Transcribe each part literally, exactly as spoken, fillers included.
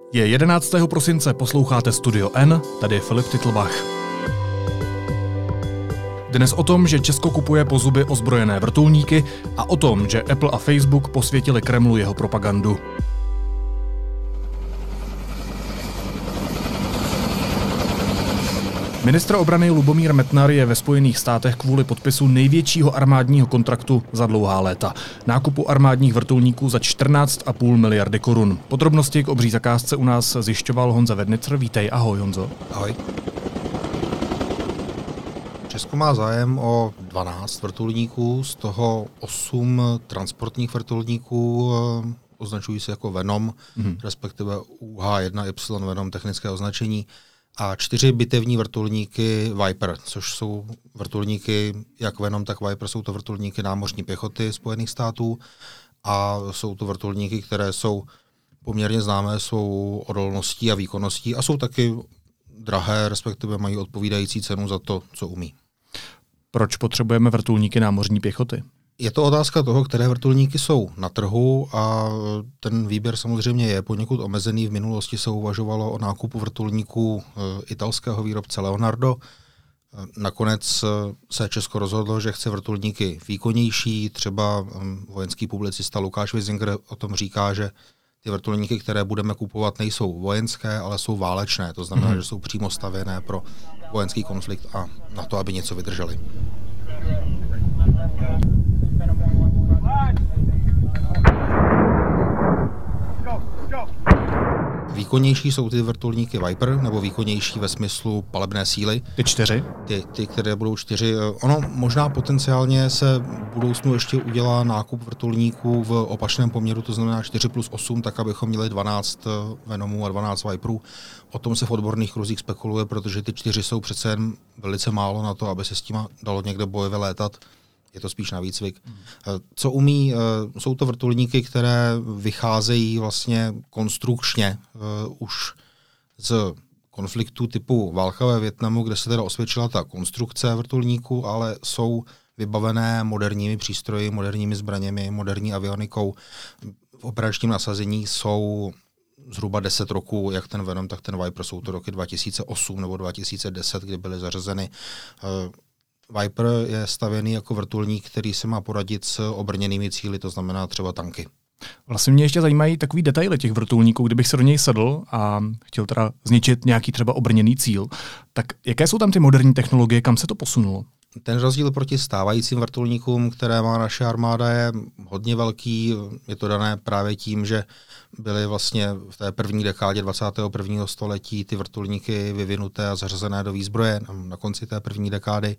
Je jedenáctého prosince, posloucháte Studio N, tady je Filip Titlbach. Dnes o tom, že Česko kupuje po zuby ozbrojené vrtulníky a o tom, že Apple a Facebook posvětili Kremlu jeho propagandu. Ministr obrany Lubomír Metnar je ve Spojených státech kvůli podpisu největšího armádního kontraktu za dlouhá léta. Nákupu armádních vrtulníků za čtrnáct a půl miliardy korun. Podrobnosti k obří zakázce u nás zjišťoval Honza Vednicr. Vítej, ahoj Honzo. Ahoj. Česko má zájem o dvanáct vrtulníků, z toho osm transportních vrtulníků, označují se jako Venom, mm-hmm. respektive U H jedna Y Venom, technické označení, a čtyři bitevní vrtulníky Viper, což jsou vrtulníky, jak Venom, tak Viper, jsou to vrtulníky námořní pěchoty Spojených států a jsou to vrtulníky, které jsou poměrně známé svou odolností a výkonností a jsou taky drahé, respektive mají odpovídající cenu za to, co umí. Proč potřebujeme vrtulníky námořní pěchoty? Je to otázka toho, které vrtulníky jsou na trhu a ten výběr samozřejmě je poněkud omezený. V minulosti se uvažovalo o nákupu vrtulníků italského výrobce Leonardo. Nakonec se Česko rozhodlo, že chce vrtulníky výkonnější. Třeba vojenský publicista Lukáš Wiesinger o tom říká, že ty vrtulníky, které budeme kupovat, nejsou vojenské, ale jsou válečné. To znamená, mm-hmm. že jsou přímo stavěné pro vojenský konflikt a na to, aby něco vydrželi. Výkonnější jsou ty vrtulníky Viper, nebo výkonnější ve smyslu palebné síly. Ty čtyři? Ty, ty, které budou čtyři. Ono možná potenciálně se v budoucnu ještě udělá nákup vrtulníků v opačném poměru, to znamená čtyři plus osm, tak abychom měli dvanáct Venomů a dvanáct Viperů. O tom se v odborných kruzích spekuluje, protože ty čtyři jsou přece jen velice málo na to, aby se s tím dalo někde bojově létat. Je to spíš na výcvik. Hmm. Co umí, jsou to vrtulníky, které vycházejí vlastně konstrukčně uh, už z konfliktu typu válka ve Vietnamu, kde se teda osvědčila ta konstrukce vrtulníků, ale jsou vybavené moderními přístroji, moderními zbraněmi, moderní avionikou. V operačním nasazení jsou zhruba deset roků, jak ten Venom, tak ten Viper, jsou to roky dva tisíce osm nebo dva tisíce deset, kdy byly zařazeny. Uh, Viper je stavěný jako vrtulník, který se má poradit s obrněnými cíli, to znamená třeba tanky. Vlastně mě ještě zajímají takový detaily těch vrtulníků, kdybych se do něj sedl a chtěl teda zničit nějaký třeba obrněný cíl. Tak jaké jsou tam ty moderní technologie, kam se to posunulo? Ten rozdíl proti stávajícím vrtulníkům, které má naše armáda, je hodně velký. Je to dané právě tím, že byly vlastně v té první dekádě dvacátého prvního století ty vrtulníky vyvinuté a zařazené do výzbroje na konci té první dekády.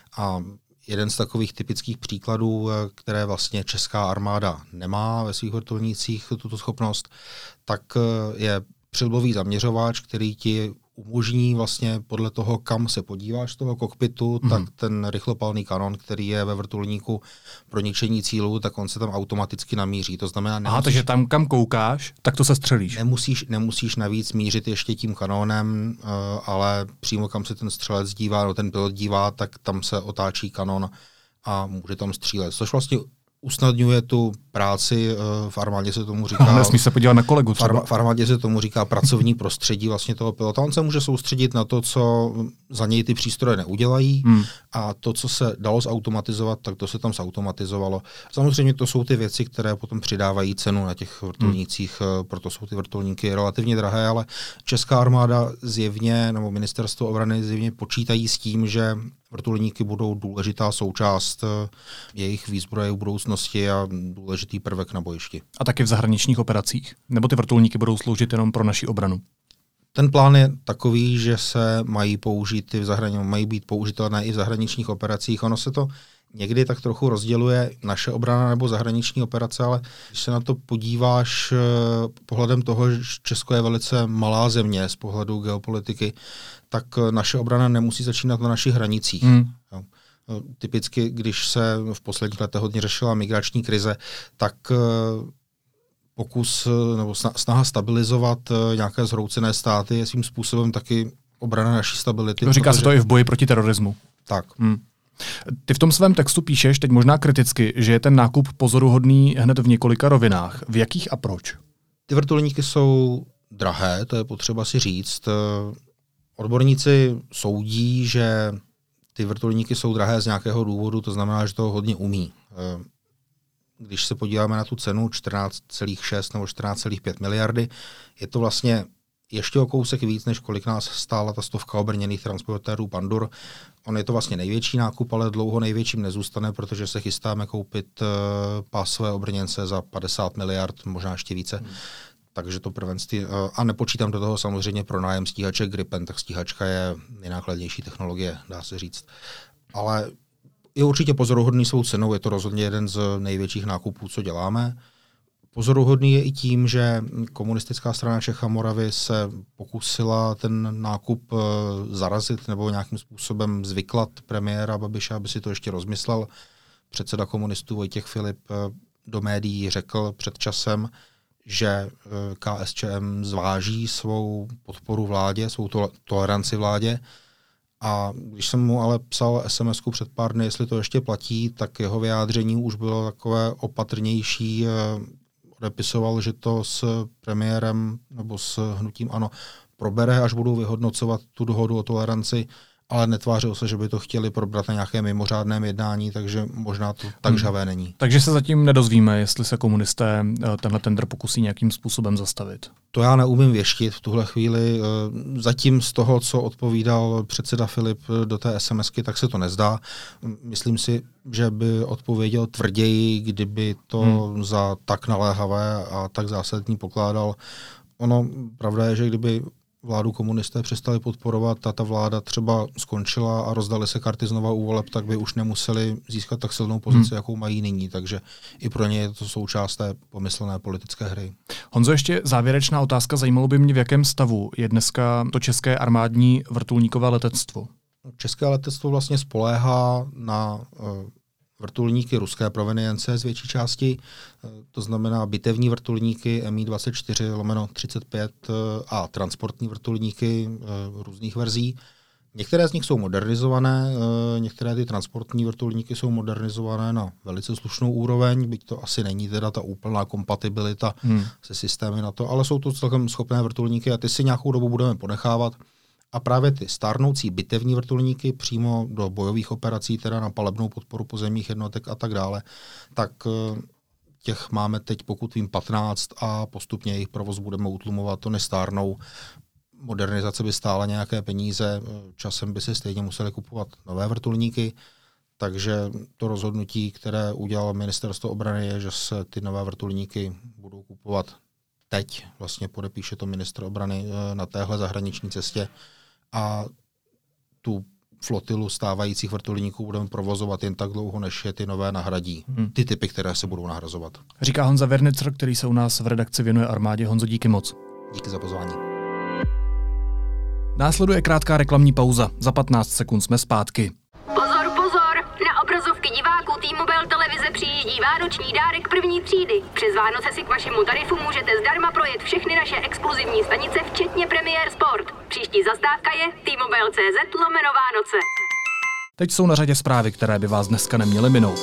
A jeden z takových typických příkladů, které vlastně česká armáda nemá ve svých vrtulnících tuto schopnost, tak je přilbový zaměřovač, který ti umožní vlastně podle toho, kam se podíváš z toho kokpitu, mm-hmm. tak ten rychlopalný kanon, který je ve vrtulníku pro ničení cílu, tak on se tam automaticky namíří. To znamená, nemusíš, Aha, takže tam, kam koukáš, tak to se střelíš. Nemusíš, nemusíš navíc mířit ještě tím kanónem, uh, ale přímo kam se ten střelec dívá, no ten pilot dívá, tak tam se otáčí kanon a může tam střílet. Což vlastně usnadňuje tu práci, v armádě se tomu říká... Nesmí se podívat na kolegu třeba. V armádě se tomu říká pracovní prostředí vlastně toho pilota. On se může soustředit na to, co za něj ty přístroje neudělají hmm. a to, co se dalo zautomatizovat, tak to se tam zautomatizovalo. Samozřejmě to jsou ty věci, které potom přidávají cenu na těch vrtulnících, hmm. proto jsou ty vrtulníky relativně drahé, ale česká armáda zjevně, nebo ministerstvo obrany zjevně počítají s tím, že vrtulníky budou důležitá součást jejich výzbroje v budoucnosti a důležitý prvek na bojišti. A taky v zahraničních operacích? Nebo ty vrtulníky budou sloužit jenom pro naši obranu? Ten plán je takový, že se mají použít i v zahraničí, mají být použitelné i v zahraničních operacích. Ono se to někdy tak trochu rozděluje naše obrana nebo zahraniční operace, ale když se na to podíváš pohledem toho, že Česko je velice malá země z pohledu geopolitiky, tak naše obrana nemusí začínat na našich hranicích. Hmm. Jo. Typicky, když se v posledních letech hodně řešila migrační krize, tak pokus nebo snaha stabilizovat nějaké zhroucené státy je svým způsobem taky obrana naší stability. To říká protože... se to i v boji proti terorismu. Tak. Hmm. Ty v tom svém textu píšeš, teď možná kriticky, že je ten nákup pozoruhodný hned v několika rovinách. V jakých a proč? Ty vrtulníky jsou drahé, to je potřeba si říct. Odborníci soudí, že ty vrtulníky jsou drahé z nějakého důvodu, to znamená, že to hodně umí. Když se podíváme na tu cenu čtrnáct celá šest nebo čtrnáct celá pět miliardy, je to vlastně ještě o kousek víc, než kolik nás stála ta stovka obrněných transportérů Pandur. On je to vlastně největší nákup, ale dlouho největším nezůstane, protože se chystáme koupit pásové obrněnce za padesát miliard, možná ještě více. Hmm. Takže to prvenství, a nepočítám do toho samozřejmě pronájem stíhače Gripen, tak stíhačka je nejnákladnější technologie, dá se říct. Ale je určitě pozoruhodný svou cenou, je to rozhodně jeden z největších nákupů, co děláme. Pozoruhodný je i tím, že komunistická strana Čech a Moravy se pokusila ten nákup zarazit nebo nějakým způsobem zvyklat premiéra Babiše, aby si to ještě rozmyslel. Předseda komunistů Vojtěch Filip do médií řekl před časem, že KSČM zváží svou podporu vládě, svou to- toleranci vládě. A když jsem mu ale psal es em esku před pár dny, jestli to ještě platí, tak jeho vyjádření už bylo takové opatrnější. Odepisoval, že to s premiérem nebo s hnutím ANO probere, až budou vyhodnocovat tu dohodu o toleranci, ale netvářil se, že by to chtěli probrat na nějaké mimořádném jednání, takže možná to tak žhavé není. Hmm. Takže se zatím nedozvíme, jestli se komunisté tenhle tendr pokusí nějakým způsobem zastavit. To já neumím věštit v tuhle chvíli. Zatím z toho, co odpovídal předseda Filip do té es em esky, tak se to nezdá. Myslím si, že by odpověděl tvrději, kdyby to hmm. za tak naléhavé a tak zásadní pokládal. Ono, pravda je, že kdyby vládu komunisté přestali podporovat a ta vláda třeba skončila a rozdali se karty znova u voleb, tak by už nemuseli získat tak silnou pozici, hmm. jakou mají nyní. Takže i pro ně je to součást té pomyslné politické hry. Honzo, ještě závěrečná otázka. Zajímalo by mě, v jakém stavu je dneska to české armádní vrtulníkové letectvo? České letectvo vlastně spoléhá na uh, vrtulníky ruské provenience z větší části, to znamená bitevní vrtulníky em í dvacet čtyři lomeno třicet pět a transportní vrtulníky různých verzí. Některé z nich jsou modernizované, některé ty transportní vrtulníky jsou modernizované na velice slušnou úroveň, byť to asi není teda ta úplná kompatibilita hmm. se systémy na to, ale jsou to celkem schopné vrtulníky a ty si nějakou dobu budeme ponechávat. A právě ty stárnoucí bitevní vrtulníky přímo do bojových operací, teda na palebnou podporu pozemních jednotek a tak dále, tak těch máme teď, pokud vím, patnáct a postupně jejich provoz budeme utlumovat, to nestárnou. Modernizace by stála nějaké peníze, časem by se stejně museli kupovat nové vrtulníky, takže to rozhodnutí, které udělalo ministerstvo obrany, je, že se ty nové vrtulníky budou kupovat teď. Vlastně podepíše to ministr obrany na téhle zahraniční cestě a tu flotilu stávajících vrtulníků budeme provozovat jen tak dlouho, než je ty nové nahradí. Hmm. Ty typy, které se budou nahrazovat. Říká Honza Wernicr, který se u nás v redakci věnuje armádě. Honzo, díky moc. Díky za pozvání. Následuje krátká reklamní pauza. Za patnáct sekund jsme zpátky. Pozor, pozor! Na obrazovky diváků T-Mobile televize přijíždí vánoční dárek první třídy. Přes Vánoce si k vašemu tarifu můžete zdarma projet všechny naše exkluzivní stanice, včetně Premiér Sport. Příští zastávka je T-Mobile.cz lomeno Vánoce. Teď jsou na řadě zprávy, které by vás dneska neměly minout.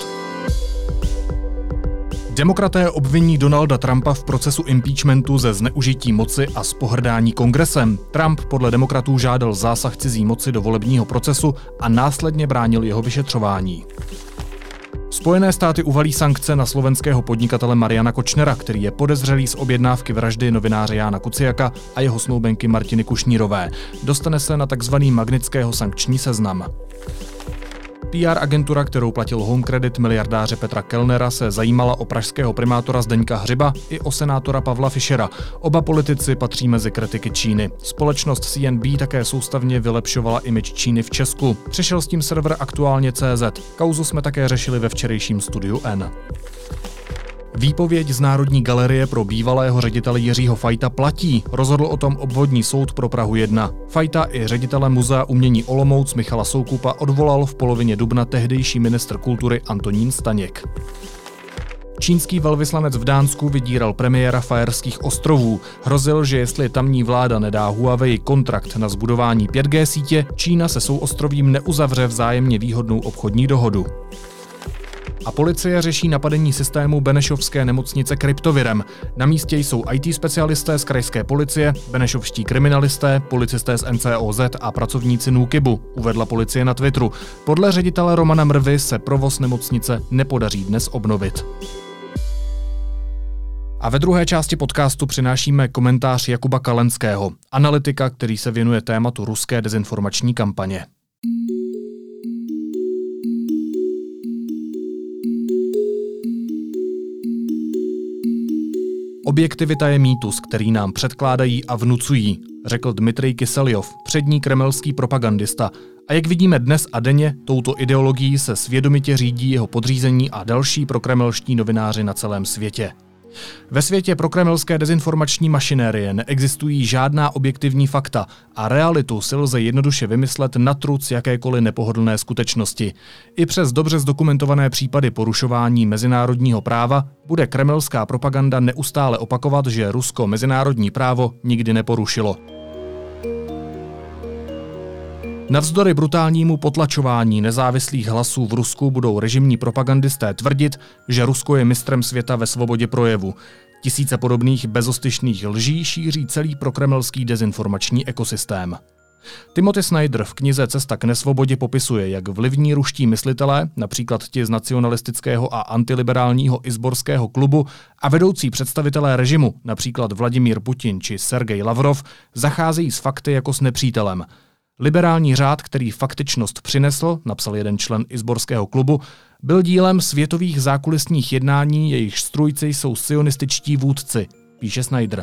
Demokraté obviní Donalda Trumpa v procesu impeachmentu ze zneužití moci a z pohrdání kongresem. Trump podle demokratů žádal zásah cizí moci do volebního procesu a následně bránil jeho vyšetřování. Spojené státy uvalí sankce na slovenského podnikatele Mariana Kočnera, který je podezřelý z objednávky vraždy novináře Jána Kuciaka a jeho snoubenky Martiny Kušnírové. Dostane se na takzvaný Magnitského sankční seznam. P R agentura, kterou platil Home Credit miliardáře Petra Kellnera, se zajímala o pražského primátora Zdeňka Hřiba i o senátora Pavla Fischera. Oba politici patří mezi kritiky Číny. Společnost C N B také soustavně vylepšovala image Číny v Česku. Přišel s tím server aktuálně tečka cé zet. Kauzu jsme také řešili ve včerejším Studiu N. Výpověď z Národní galerie pro bývalého ředitele Jiřího Fajta platí. Rozhodl o tom obvodní soud pro Prahu jedna. Fajta i ředitele Muzea umění Olomouc Michala Soukupa odvolal v polovině dubna tehdejší ministr kultury Antonín Staněk. Čínský velvyslanec v Dánsku vydíral premiéra Faerských ostrovů. Hrozil, že jestli tamní vláda nedá Huawei kontrakt na zbudování pět G sítě, Čína se souostrovím neuzavře vzájemně výhodnou obchodní dohodu. A policie řeší napadení systému benešovské nemocnice kryptovirem. Na místě jsou í té specialisté z krajské policie, benešovští kriminalisté, policisté z N C O Z a pracovníci NÚKIBu, uvedla policie na Twitteru. Podle ředitele Romana Mrvy se provoz nemocnice nepodaří dnes obnovit. A ve druhé části podcastu přinášíme komentář Jakuba Kalenského, analytika, který se věnuje tématu ruské dezinformační kampaně. Objektivita je mýtus, který nám předkládají a vnucují, řekl Dmitrij Kyselyov, přední kremelský propagandista. A jak vidíme dnes a denně, touto ideologií se svědomitě řídí jeho podřízení a další prokremelští novináři na celém světě. Ve světě prokremelské dezinformační mašinérie neexistují žádná objektivní fakta a realitu si lze jednoduše vymyslet na truc jakékoliv nepohodlné skutečnosti. I přes dobře zdokumentované případy porušování mezinárodního práva bude kremelská propaganda neustále opakovat, že Rusko mezinárodní právo nikdy neporušilo. Navzdory brutálnímu potlačování nezávislých hlasů v Rusku budou režimní propagandisté tvrdit, že Rusko je mistrem světa ve svobodě projevu. Tisíce podobných bezostyšných lží šíří celý prokremelský dezinformační ekosystém. Timothy Snyder v knize Cesta k nesvobodě popisuje, jak vlivní ruští myslitelé, například ti z nacionalistického a antiliberálního Izborského klubu a vedoucí představitelé režimu, například Vladimír Putin či Sergej Lavrov, zacházejí s fakty jako s nepřítelem. Liberální řád, který faktičnost přinesl, napsal jeden člen Izborského klubu, byl dílem světových zákulisních jednání, jejichž strůjci jsou sionističtí vůdci, píše Snyder.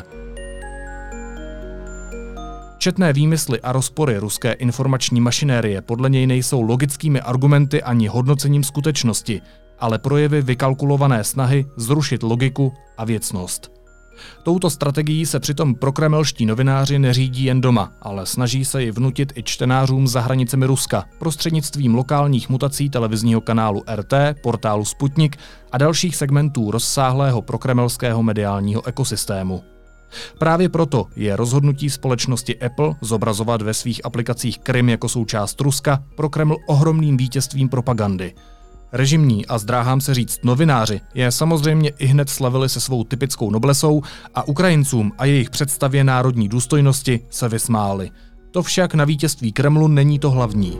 Četné výmysly a rozpory ruské informační mašinérie podle něj nejsou logickými argumenty ani hodnocením skutečnosti, ale projevy vykalkulované snahy zrušit logiku a věcnost. Touto strategií se přitom prokremelští novináři neřídí jen doma, ale snaží se ji vnutit i čtenářům za hranicemi Ruska prostřednictvím lokálních mutací televizního kanálu R T, portálu Sputnik a dalších segmentů rozsáhlého prokremelského mediálního ekosystému. Právě proto je rozhodnutí společnosti Apple zobrazovat ve svých aplikacích Krym jako součást Ruska pro Kreml ohromným vítězstvím propagandy. Režimní a zdráhám se říct novináři je samozřejmě ihned slavili se svou typickou noblesou a Ukrajincům a jejich představě národní důstojnosti se vysmáli. To však na vítězství Kremlu není to hlavní.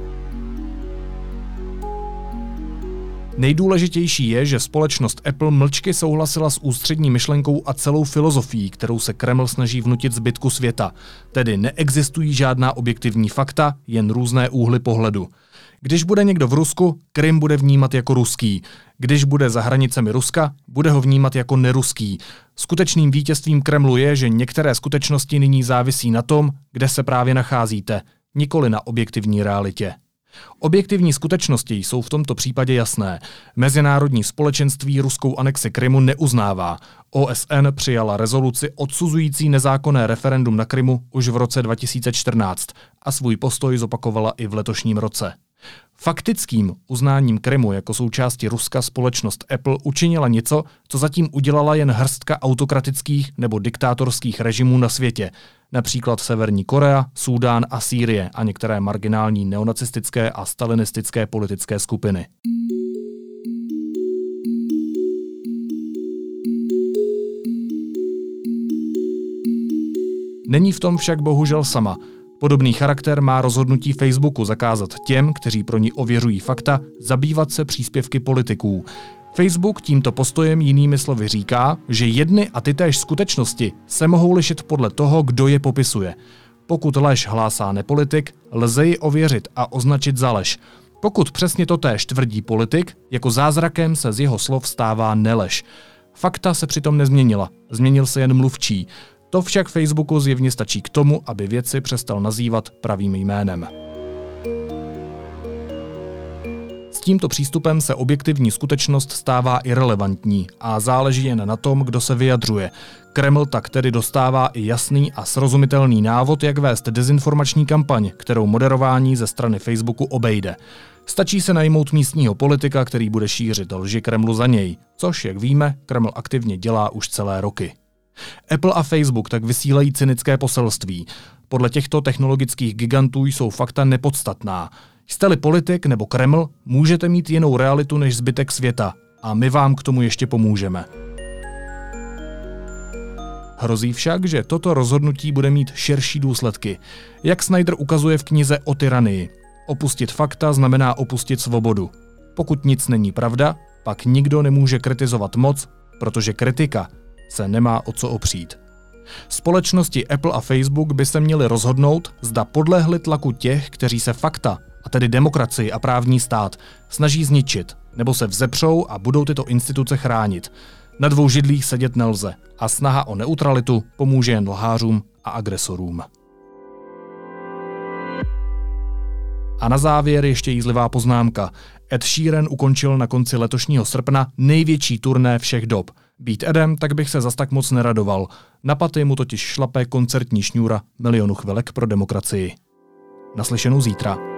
Nejdůležitější je, že společnost Apple mlčky souhlasila s ústřední myšlenkou a celou filozofií, kterou se Kreml snaží vnutit zbytku světa. Tedy neexistují žádná objektivní fakta, jen různé úhly pohledu. Když bude někdo v Rusku, Krym bude vnímat jako ruský. Když bude za hranicemi Ruska, bude ho vnímat jako neruský. Skutečným vítězstvím Kremlu je, že některé skutečnosti nyní závisí na tom, kde se právě nacházíte, nikoli na objektivní realitě. Objektivní skutečnosti jsou v tomto případě jasné. Mezinárodní společenství ruskou anexi Krymu neuznává. O S N přijala rezoluci odsuzující nezákonné referendum na Krymu už v roce dva tisíce čtrnáct a svůj postoj zopakovala i v letošním roce. Faktickým uznáním Krymu jako součásti Ruska společnost Apple učinila něco, co zatím udělala jen hrstka autokratických nebo diktátorských režimů na světě, například Severní Korea, Súdán a Sýrie a některé marginální neonacistické a stalinistické politické skupiny. Není v tom však bohužel sama. Podobný charakter má rozhodnutí Facebooku zakázat těm, kteří pro ní ověřují fakta, zabývat se příspěvky politiků. Facebook tímto postojem jinými slovy říká, že jedny a tytéž skutečnosti se mohou lišit podle toho, kdo je popisuje. Pokud lež hlásá nepolitik, lze ji ověřit a označit za lež. Pokud přesně totéž tvrdí politik, jako zázrakem se z jeho slov stává nelež. Fakta se přitom nezměnila, změnil se jen mluvčí. To však Facebooku zjevně stačí k tomu, aby věci přestal nazývat pravým jménem. S tímto přístupem se objektivní skutečnost stává irelevantní a záleží jen na tom, kdo se vyjadřuje. Kreml tak tedy dostává i jasný a srozumitelný návod, jak vést dezinformační kampaň, kterou moderování ze strany Facebooku obejde. Stačí se najmout místního politika, který bude šířit lži Kremlu za něj, což, jak víme, Kreml aktivně dělá už celé roky. Apple a Facebook tak vysílají cynické poselství. Podle těchto technologických gigantů jsou fakta nepodstatná. Jste-li politik nebo Kreml, můžete mít jinou realitu než zbytek světa, A my vám k tomu ještě pomůžeme. Hrozí však, že toto rozhodnutí bude mít širší důsledky. Jak Snyder ukazuje v knize O tyranii. Opustit fakta znamená opustit svobodu. Pokud nic není pravda, pak nikdo nemůže kritizovat moc, protože kritika se nemá o co opřít. Společnosti Apple a Facebook by se měly rozhodnout, zda podlehli tlaku těch, kteří se fakta, a tedy demokracii a právní stát, snaží zničit, nebo se vzepřou a budou tyto instituce chránit. Na dvou židlích sedět nelze a snaha o neutralitu pomůže jen lhářům a agresorům. A na závěr ještě jízlivá poznámka. Ed Sheeran ukončil na konci letošního srpna největší turné všech dob. Být Edem, tak bych se zas tak moc neradoval. Na paty mu totiž šlape koncertní šňůra milionu chvilek pro demokracii. Naslyšenou zítra.